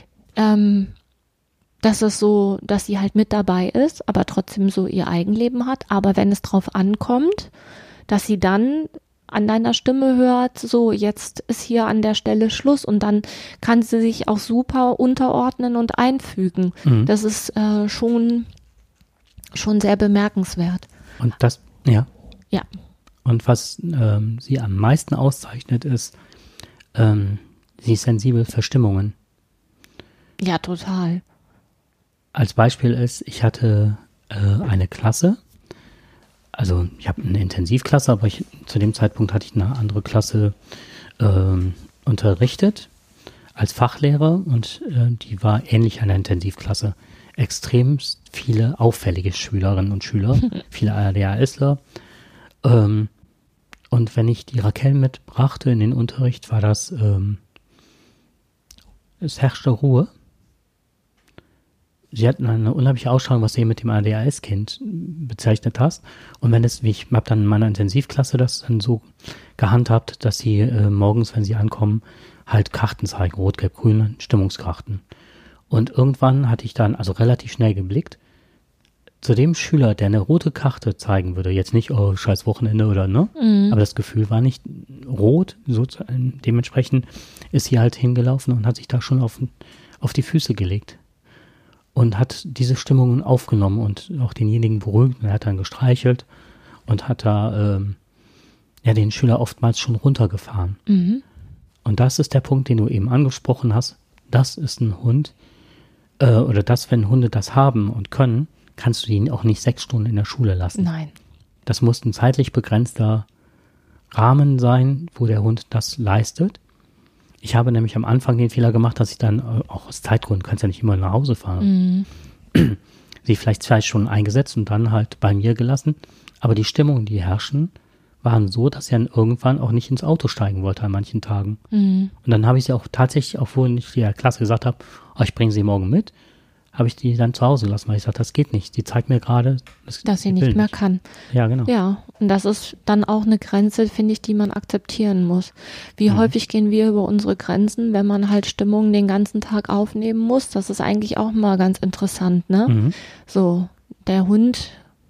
Das ist so, dass sie halt mit dabei ist, aber trotzdem so ihr Eigenleben hat. Aber wenn es drauf ankommt, dass sie dann an deiner Stimme hört, so jetzt ist hier an der Stelle Schluss und dann kann sie sich auch super unterordnen und einfügen. Das ist schon sehr bemerkenswert. Und das, ja. Ja. Und was sie am meisten auszeichnet, ist, sie ist sensibel für Stimmungen. Ja, total. Als Beispiel ich hatte eine Klasse, also ich habe eine Intensivklasse, aber zu dem Zeitpunkt hatte ich eine andere Klasse unterrichtet als Fachlehrer und die war ähnlich einer Intensivklasse. Extrem viele auffällige Schülerinnen und Schüler, viele ADHSler. Und wenn ich die Raquel mitbrachte in den Unterricht, war es herrschte Ruhe. Sie hatten eine unheimliche Ausstrahlung, was du mit dem ADHS-Kind bezeichnet hast. Und ich habe dann in meiner Intensivklasse das dann so gehandhabt, dass sie morgens, wenn sie ankommen, halt Karten zeigen, rot, gelb, grün, Stimmungskarten. Und irgendwann hatte ich dann, also relativ schnell geblickt, zu dem Schüler, der eine rote Karte zeigen würde, jetzt nicht, oh, scheiß Wochenende oder, aber das Gefühl war nicht rot, so dementsprechend ist sie halt hingelaufen und hat sich da schon auf die Füße gelegt. Und hat diese Stimmungen aufgenommen und auch denjenigen beruhigt. Und er hat dann gestreichelt und hat da den Schüler oftmals schon runtergefahren. Und das ist der Punkt, den du eben angesprochen hast. Das ist ein Hund, wenn Hunde das haben und können, kannst du ihn auch nicht 6 Stunden in der Schule lassen. Nein. Das muss ein zeitlich begrenzter Rahmen sein, wo der Hund das leistet. Ich habe nämlich am Anfang den Fehler gemacht, dass ich dann auch aus Zeitgründen, kannst ja nicht immer nach Hause fahren, sie vielleicht 2 Stunden eingesetzt und dann halt bei mir gelassen. Aber die Stimmungen, die herrschen, waren so, dass er dann irgendwann auch nicht ins Auto steigen wollte an manchen Tagen. Und dann habe ich sie auch tatsächlich, obwohl ich der Klasse gesagt habe, oh, ich bringe sie morgen mit, habe ich die dann zu Hause gelassen, weil ich sage, das geht nicht. Die zeigt mir gerade, dass sie nicht mehr kann. Ja, genau. Ja, und das ist dann auch eine Grenze, finde ich, die man akzeptieren muss. Wie häufig gehen wir über unsere Grenzen, wenn man halt Stimmungen den ganzen Tag aufnehmen muss? Das ist eigentlich auch mal ganz interessant, ne? So, der Hund,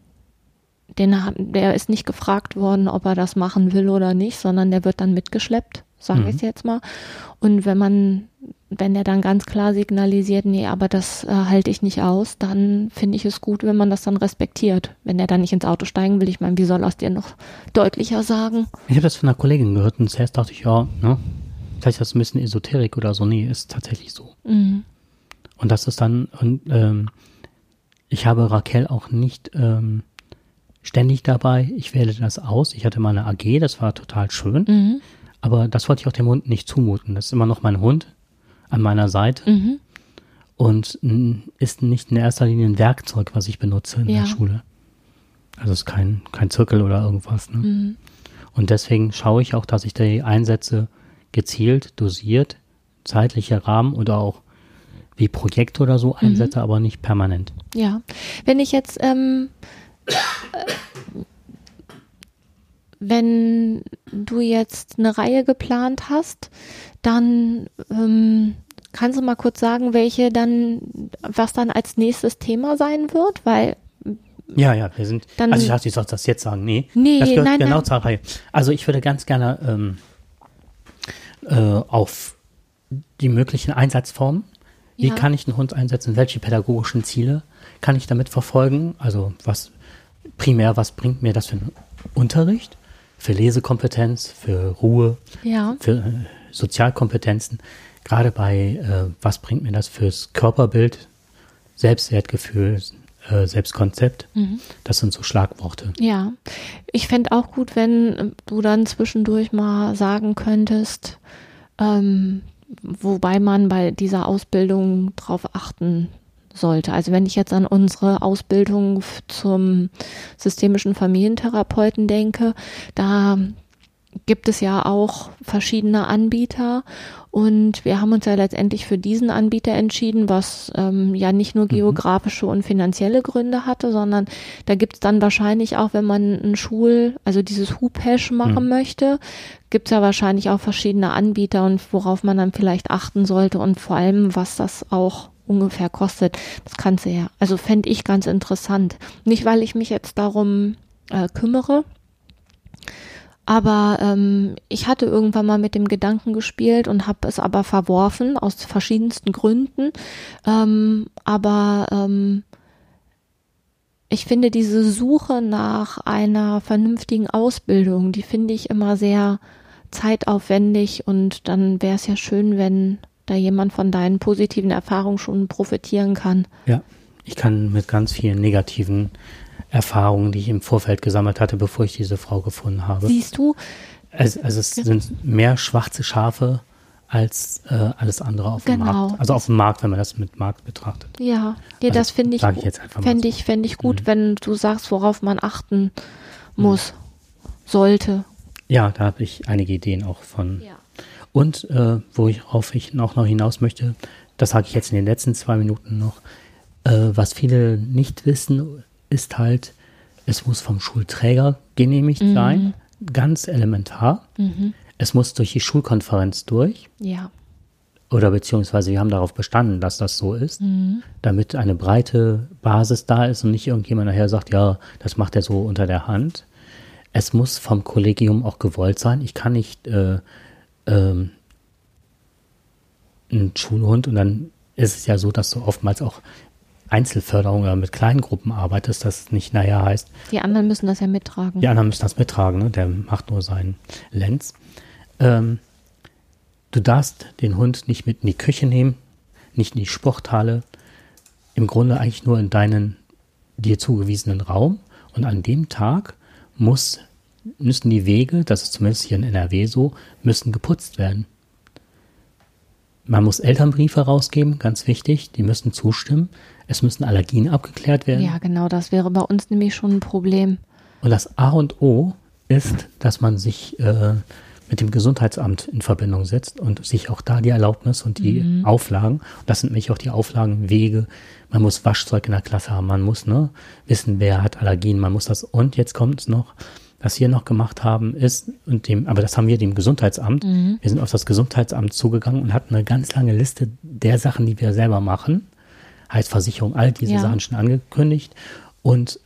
der ist nicht gefragt worden, ob er das machen will oder nicht, sondern der wird dann mitgeschleppt, sage ich jetzt mal. Und wenn der dann ganz klar signalisiert, nee, aber das halte ich nicht aus, dann finde ich es gut, wenn man das dann respektiert. Wenn der dann nicht ins Auto steigen will, ich meine, wie soll er es dir noch deutlicher sagen? Ich habe das von einer Kollegin gehört und zuerst dachte ich, ja, ne, vielleicht ist das ein bisschen Esoterik oder so. Nee, ist tatsächlich so. Und das ist dann, ich habe Raquel auch nicht ständig dabei, ich wähle das aus. Ich hatte mal eine AG, das war total schön, aber das wollte ich auch dem Hund nicht zumuten. Das ist immer noch mein Hund an meiner Seite und ist nicht in erster Linie ein Werkzeug, was ich benutze in der Schule. Also es ist kein Zirkel oder irgendwas. Ne? Und deswegen schaue ich auch, dass ich die Einsätze gezielt, dosiert, zeitlicher Rahmen oder auch wie Projekte oder so einsetze, aber nicht permanent. Ja, wenn ich jetzt wenn du jetzt eine Reihe geplant hast, dann kannst du mal kurz sagen, was dann als nächstes Thema sein wird, weil Ja, wir sind, dann, also ich dachte, ich soll das jetzt sagen, nee, das gehört genau zur Reihe. Also ich würde ganz gerne auf die möglichen Einsatzformen, wie kann ich einen Hund einsetzen, welche pädagogischen Ziele kann ich damit verfolgen, also was bringt mir das für einen Unterricht, für Lesekompetenz, für Ruhe, für Sozialkompetenzen, gerade bei, was bringt mir das fürs Körperbild, Selbstwertgefühl, Selbstkonzept, das sind so Schlagworte. Ja, ich fände auch gut, wenn du dann zwischendurch mal sagen könntest, wobei man bei dieser Ausbildung drauf achten sollte. Also wenn ich jetzt an unsere Ausbildung zum systemischen Familientherapeuten denke, da gibt es ja auch verschiedene Anbieter und wir haben uns ja letztendlich für diesen Anbieter entschieden, was ja nicht nur geografische und finanzielle Gründe hatte, sondern da gibt es dann wahrscheinlich auch, wenn man also dieses Hupesh machen möchte, gibt es ja wahrscheinlich auch verschiedene Anbieter und worauf man dann vielleicht achten sollte und vor allem, was das auch ungefähr kostet. Das kannst du ja, also fände ich ganz interessant. Nicht, weil ich mich jetzt darum kümmere, aber ich hatte irgendwann mal mit dem Gedanken gespielt und habe es aber verworfen, aus verschiedensten Gründen. Aber ich finde diese Suche nach einer vernünftigen Ausbildung, die finde ich immer sehr zeitaufwendig und dann wäre es ja schön, wenn da jemand von deinen positiven Erfahrungen schon profitieren kann. Ja, ich kann mit ganz vielen negativen Erfahrungen, die ich im Vorfeld gesammelt hatte, bevor ich diese Frau gefunden habe. Siehst du? Also es sind mehr schwarze Schafe als alles andere auf dem Markt. Also auf dem Markt, wenn man das mit Markt betrachtet. Ja, das finde ich, fände ich gut, wenn du sagst, worauf man achten muss, sollte. Ja, da habe ich einige Ideen auch von. Ja. Und worauf ich noch hinaus möchte, das sage ich jetzt in den letzten 2 Minuten noch, was viele nicht wissen, ist halt, es muss vom Schulträger genehmigt sein, ganz elementar. Es muss durch die Schulkonferenz durch. Ja. Oder beziehungsweise wir haben darauf bestanden, dass das so ist, damit eine breite Basis da ist und nicht irgendjemand nachher sagt, ja, das macht er so unter der Hand. Es muss vom Kollegium auch gewollt sein. Ich kann nicht ein Schulhund und dann ist es ja so, dass du oftmals auch Einzelförderung oder mit kleinen Gruppen arbeitest, das nicht nachher heißt. Die anderen müssen das ja mittragen. Die anderen müssen das mittragen, ne? Der macht nur seinen Lenz. Du darfst den Hund nicht mit in die Küche nehmen, nicht in die Sporthalle, im Grunde eigentlich nur in deinen dir zugewiesenen Raum und an dem Tag müssen die Wege, das ist zumindest hier in NRW so, müssen geputzt werden. Man muss Elternbriefe rausgeben, ganz wichtig, die müssen zustimmen. Es müssen Allergien abgeklärt werden. Ja, genau, das wäre bei uns nämlich schon ein Problem. Und das A und O ist, dass man sich mit dem Gesundheitsamt in Verbindung setzt und sich auch da die Erlaubnis und die Auflagen, das sind nämlich auch die Auflagen, Wege, man muss Waschzeug in der Klasse haben, man muss wissen, wer hat Allergien, man muss das, und jetzt kommt es noch, was wir noch gemacht haben, ist, aber das haben wir dem Gesundheitsamt, wir sind auf das Gesundheitsamt zugegangen und hatten eine ganz lange Liste der Sachen, die wir selber machen, heißt Versicherung, all diese Sachen schon angekündigt, und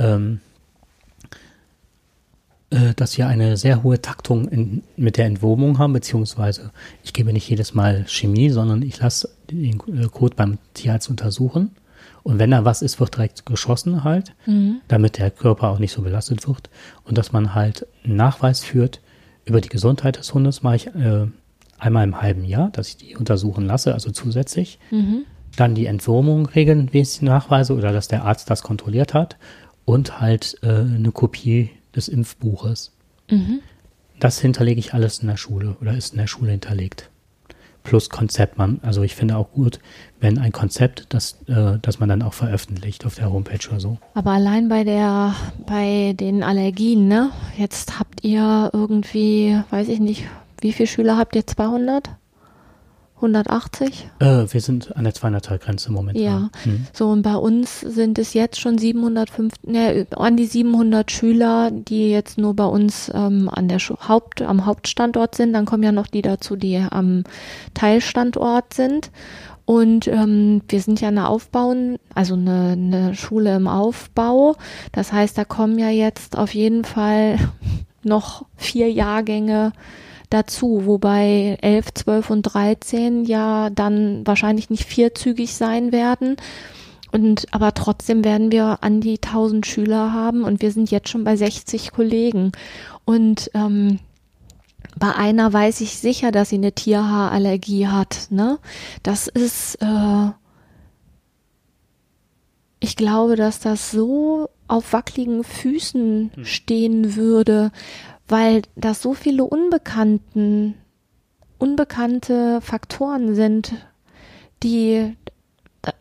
dass wir eine sehr hohe Taktung mit der Entwurmung haben, beziehungsweise ich gebe nicht jedes Mal Chemie, sondern ich lasse den Kot beim Tierarzt untersuchen. Und wenn da was ist, wird direkt geschossen halt, damit der Körper auch nicht so belastet wird. Und dass man halt einen Nachweis führt über die Gesundheit des Hundes, mache ich einmal im halben Jahr, dass ich die untersuchen lasse, also zusätzlich. Dann die Entwurmung regelmäßig nachweise oder dass der Arzt das kontrolliert hat. Und halt eine Kopie des Impfbuches. Das hinterlege ich alles in der Schule oder ist in der Schule hinterlegt. Plus Konzept. Also ich finde auch gut, wenn ein Konzept, dass man dann auch veröffentlicht auf der Homepage oder so. Aber allein bei den Allergien, ne? Jetzt habt ihr irgendwie, weiß ich nicht, wie viele Schüler habt ihr? 200? 180? Wir sind an der 200er-Grenze momentan. Ja, so, und bei uns sind es jetzt schon an die 700 Schüler, die jetzt nur bei uns am Hauptstandort sind. Dann kommen ja noch die dazu, die am Teilstandort sind. Und wir sind ja eine Schule im Aufbau. Das heißt, da kommen ja jetzt auf jeden Fall noch 4 Jahrgänge dazu, wobei 11, 12 und 13 ja dann wahrscheinlich nicht vierzügig sein werden. Aber trotzdem werden wir an die 1000 Schüler haben und wir sind jetzt schon bei 60 Kollegen. Und bei einer weiß ich sicher, dass sie eine Tierhaarallergie hat. Ne? Das ist, ich glaube, dass das so auf wackeligen Füßen stehen würde, weil das so viele unbekannte Faktoren sind, da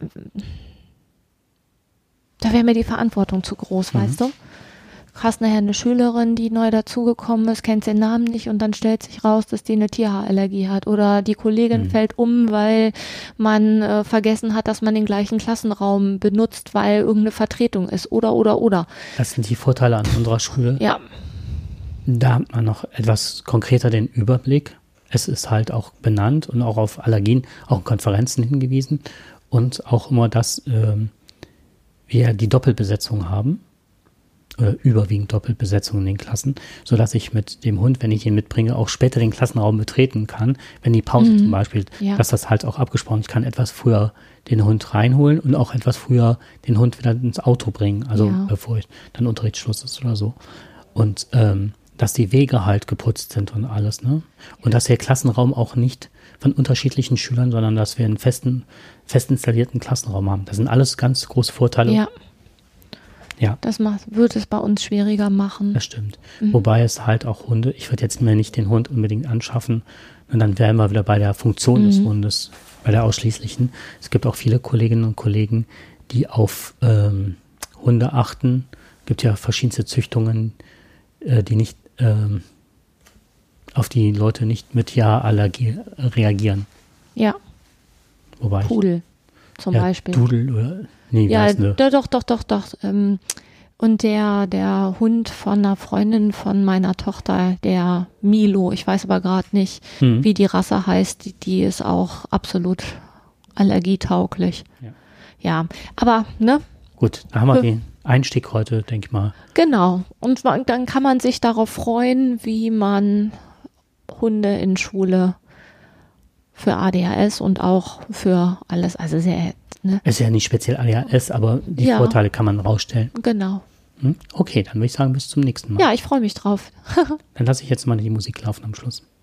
wäre mir die Verantwortung zu groß, weißt du? Du hast nachher eine Schülerin, die neu dazugekommen ist, kennt den Namen nicht und dann stellt sich raus, dass die eine Tierhaarallergie hat, oder die Kollegin fällt um, weil man vergessen hat, dass man den gleichen Klassenraum benutzt, weil irgendeine Vertretung ist, oder. Das sind die Vorteile an unserer Schule. Ja. Da hat man noch etwas konkreter den Überblick. Es ist halt auch benannt und auch auf Allergien, auch in Konferenzen hingewiesen und auch immer, dass wir die Doppelbesetzung haben oder überwiegend Doppelbesetzung in den Klassen, sodass ich mit dem Hund, wenn ich ihn mitbringe, auch später den Klassenraum betreten kann, wenn die Pause zum Beispiel, dass das halt auch abgesprochen, ich kann etwas früher den Hund reinholen und auch etwas früher den Hund wieder ins Auto bringen, also bevor dann Unterrichtsschluss ist oder so. Und dass die Wege halt geputzt sind und alles, ne? Und dass der Klassenraum auch nicht von unterschiedlichen Schülern, sondern dass wir einen fest installierten Klassenraum haben. Das sind alles ganz große Vorteile. Ja. Das wird es bei uns schwieriger machen. Das stimmt. Wobei es halt auch Hunde, ich würde jetzt mir nicht den Hund unbedingt anschaffen, und dann wären wir wieder bei der Funktion des Hundes, bei der ausschließlichen. Es gibt auch viele Kolleginnen und Kollegen, die auf Hunde achten. Es gibt ja verschiedenste Züchtungen, die nicht auf die Leute nicht mit Tierallergie reagieren. Ja. Wobei Pudel zum Beispiel. Pudel oder Doch. Und der Hund von einer Freundin von meiner Tochter, der Milo, ich weiß aber gerade nicht, wie die Rasse heißt, die ist auch absolut allergietauglich. Ja, aber ne? Gut, da haben wir den Einstieg heute, denke ich mal. Genau. Und dann kann man sich darauf freuen, wie man Hunde in Schule für ADHS und auch für alles, also sehr, ne? Es ist ja nicht speziell ADHS, aber die Vorteile kann man rausstellen. Genau. Okay, dann würde ich sagen, bis zum nächsten Mal. Ja, ich freue mich drauf. Dann lasse ich jetzt mal die Musik laufen am Schluss.